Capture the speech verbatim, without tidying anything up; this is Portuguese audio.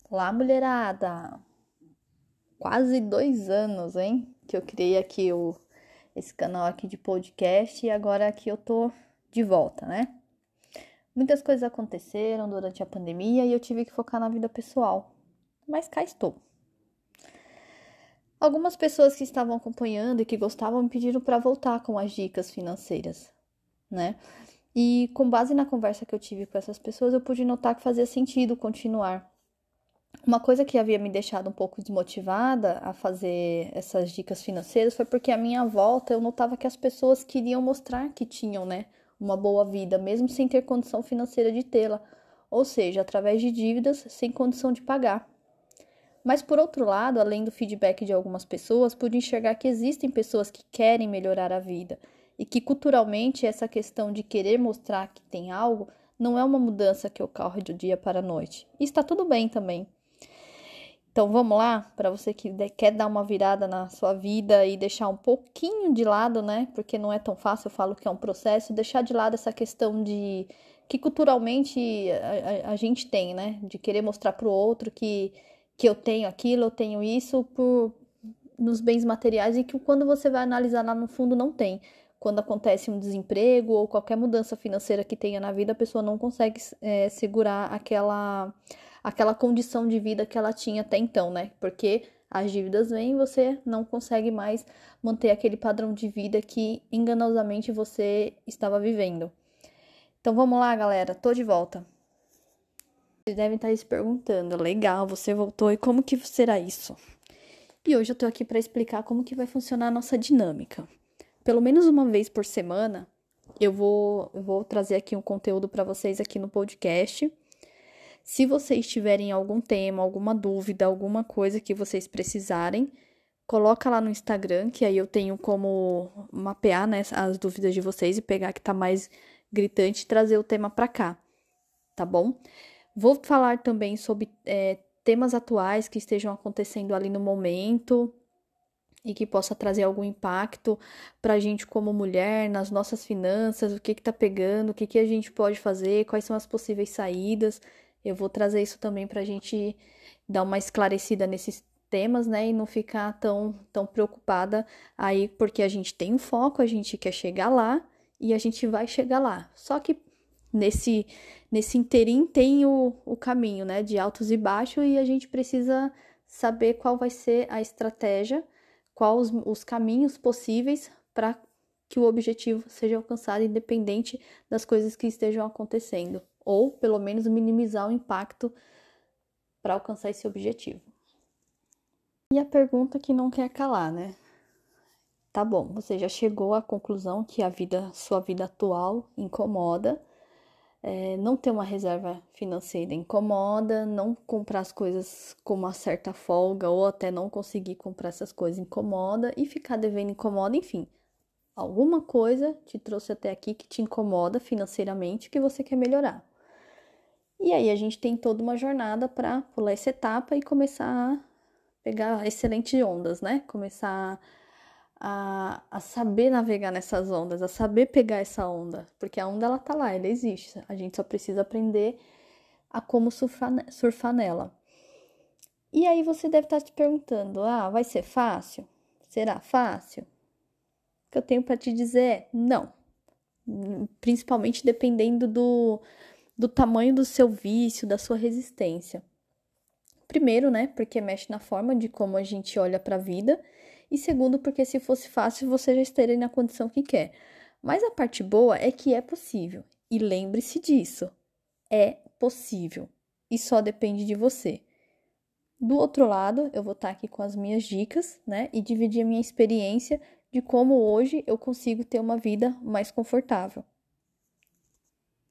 Olá, mulherada! Quase dois anos, hein? Que eu criei aqui o, esse canal aqui de podcast e agora aqui eu tô de volta, né? Muitas coisas aconteceram durante a pandemia e eu tive que focar na vida pessoal. Mas cá estou. Algumas pessoas que estavam acompanhando e que gostavam me pediram para voltar com as dicas financeiras, né? E com base na conversa que eu tive com essas pessoas, eu pude notar que fazia sentido continuar. Uma coisa que havia me deixado um pouco desmotivada a fazer essas dicas financeiras foi porque à minha volta eu notava que as pessoas queriam mostrar que tinham, né, uma boa vida, mesmo sem ter condição financeira de tê-la, ou seja, através de dívidas sem condição de pagar. Mas por outro lado, além do feedback de algumas pessoas, pude enxergar que existem pessoas que querem melhorar a vida e que culturalmente essa questão de querer mostrar que tem algo não é uma mudança que ocorre do dia para a noite. E está tudo bem também. Então vamos lá, para você que quer dar uma virada na sua vida e deixar um pouquinho de lado, né? Porque não é tão fácil, eu falo que é um processo, deixar de lado essa questão de que culturalmente a, a, a gente tem, né? De querer mostrar para o outro que, que eu tenho aquilo, eu tenho isso por, nos bens materiais e que quando você vai analisar lá no fundo não tem. Quando acontece um desemprego ou qualquer mudança financeira que tenha na vida, a pessoa não consegue é, segurar aquela aquela condição de vida que ela tinha até então, né? Porque as dívidas vêm e você não consegue mais manter aquele padrão de vida que enganosamente você estava vivendo. Então vamos lá, galera, tô de volta. Vocês devem estar se perguntando, legal, você voltou e como que será isso? E hoje eu tô aqui para explicar como que vai funcionar a nossa dinâmica. Pelo menos uma vez por semana, eu vou, eu vou trazer aqui um conteúdo para vocês aqui no podcast. Se vocês tiverem algum tema, alguma dúvida, alguma coisa que vocês precisarem, coloca lá no Instagram, que aí eu tenho como mapear, né, as dúvidas de vocês e pegar que tá mais gritante e trazer o tema para cá, tá bom? Vou falar também sobre é, temas atuais que estejam acontecendo ali no momento e que possa trazer algum impacto pra gente como mulher, nas nossas finanças, o que que tá pegando, o que que a gente pode fazer, quais são as possíveis saídas. Eu vou trazer isso também pra gente dar uma esclarecida nesses temas, né, e não ficar tão, tão preocupada aí, porque a gente tem um foco, a gente quer chegar lá e a gente vai chegar lá. Só que nesse, nesse interim tem o, o caminho, né, de altos e baixos e a gente precisa saber qual vai ser a estratégia, quais os, os caminhos possíveis para que o objetivo seja alcançado, independente das coisas que estejam acontecendo, ou pelo menos minimizar o impacto para alcançar esse objetivo. E a pergunta que não quer calar, né? Tá bom, você já chegou à conclusão que a vida, sua vida atual incomoda, é, não ter uma reserva financeira incomoda, não comprar as coisas com uma certa folga ou até não conseguir comprar essas coisas incomoda e ficar devendo incomoda, enfim. Alguma coisa te trouxe até aqui que te incomoda financeiramente que você quer melhorar. E aí a gente tem toda uma jornada para pular essa etapa e começar a pegar excelentes ondas, né? Começar a, a saber navegar nessas ondas, a saber pegar essa onda, porque a onda ela tá lá, ela existe. A gente só precisa aprender a como surfar, surfar nela. E aí você deve estar te perguntando, ah, vai ser fácil? Será fácil? O que eu tenho para te dizer é não. Principalmente dependendo do, do tamanho do seu vício, da sua resistência. Primeiro, né, porque mexe na forma de como a gente olha para a vida. E segundo, porque se fosse fácil, você já estaria na condição que quer. Mas a parte boa é que é possível. E lembre-se disso. É possível. E só depende de você. Do outro lado, eu vou estar aqui com as minhas dicas, né? E dividir a minha experiência de como hoje eu consigo ter uma vida mais confortável.